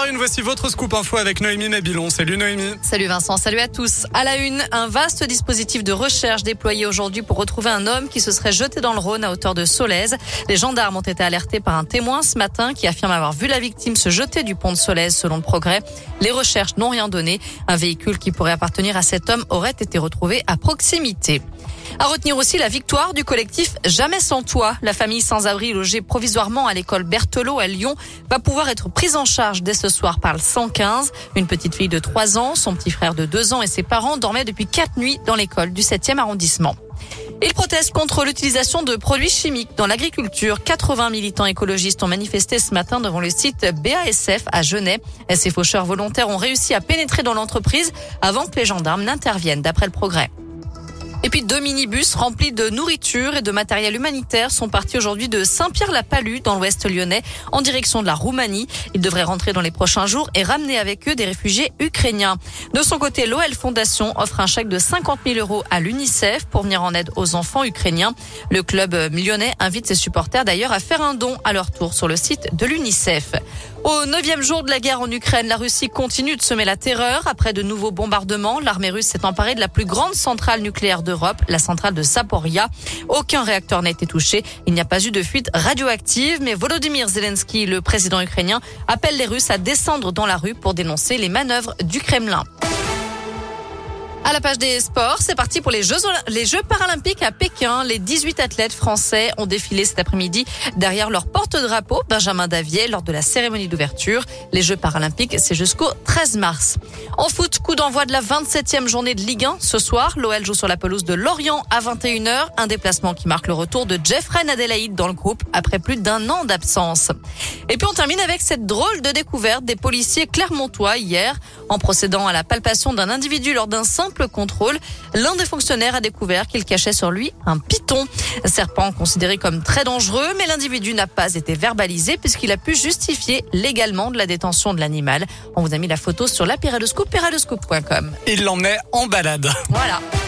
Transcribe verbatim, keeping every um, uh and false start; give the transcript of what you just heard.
heures zéro un, voici votre scoop info avec Noémie Mabilon. Salut Noémie. Salut Vincent, salut à tous. À la une, un vaste dispositif de recherche déployé aujourd'hui pour retrouver un homme qui se serait jeté dans le Rhône à hauteur de Solèze. Les gendarmes ont été alertés par un témoin ce matin qui affirme avoir vu la victime se jeter du pont de Solèze selon le Progrès. Les recherches n'ont rien donné. Un véhicule qui pourrait appartenir à cet homme aurait été retrouvé à proximité. À retenir aussi la victoire du collectif Jamais sans toi. La famille sans-abri logée provisoirement à l'école Berthelot à Lyon va pouvoir être prise en charge dès ce soir par le cent quinze. Une petite fille de trois ans, son petit frère de deux ans et ses parents dormaient depuis quatre nuits dans l'école du septième arrondissement. Ils protestent contre l'utilisation de produits chimiques dans l'agriculture. quatre-vingts militants écologistes ont manifesté ce matin devant le site B A S F à Genève. Ces faucheurs volontaires ont réussi à pénétrer dans l'entreprise avant que les gendarmes n'interviennent, d'après le Progrès. Et puis deux minibus remplis de nourriture et de matériel humanitaire sont partis aujourd'hui de Saint-Pierre-la-Palue dans l'ouest lyonnais en direction de la Roumanie. Ils devraient rentrer dans les prochains jours et ramener avec eux des réfugiés ukrainiens. De son côté, l'O L Fondation offre un chèque de cinquante mille euros à l'UNICEF pour venir en aide aux enfants ukrainiens. Le club lyonnais invite ses supporters d'ailleurs à faire un don à leur tour sur le site de l'UNICEF. Au neuvième jour de la guerre en Ukraine, la Russie continue de semer la terreur. Après de nouveaux bombardements, l'armée russe s'est emparée de la plus grande centrale nucléaire d'Europe, la centrale de Zaporia. Aucun réacteur n'a été touché. Il n'y a pas eu de fuite radioactive, mais Volodymyr Zelensky, le président ukrainien, appelle les Russes à descendre dans la rue pour dénoncer les manœuvres du Kremlin. À la page des sports, c'est parti pour les Jeux, les Jeux paralympiques à Pékin. Les dix-huit athlètes français ont défilé cet après-midi derrière leur porte-drapeau, Benjamin Davier, lors de la cérémonie d'ouverture. Les Jeux paralympiques, c'est jusqu'au treize mars. En foot, coup d'envoi de la vingt-septième journée de Ligue un. Ce soir, l'O L joue sur la pelouse de Lorient à vingt et une heures. Un déplacement qui marque le retour de Jeffrey Adélaïde dans le groupe après plus d'un an d'absence. Et puis on termine avec cette drôle de découverte des policiers clermontois hier. En procédant à la palpation d'un individu lors d'un simple contrôle, l'un des fonctionnaires a découvert qu'il cachait sur lui un python. Un serpent considéré comme très dangereux, mais l'individu n'a pas été verbalisé puisqu'il a pu justifier légalement de la détention de l'animal. On vous a mis la photo sur la Péradoscope, péradoscope point com. Il l'emmenait en balade. Voilà.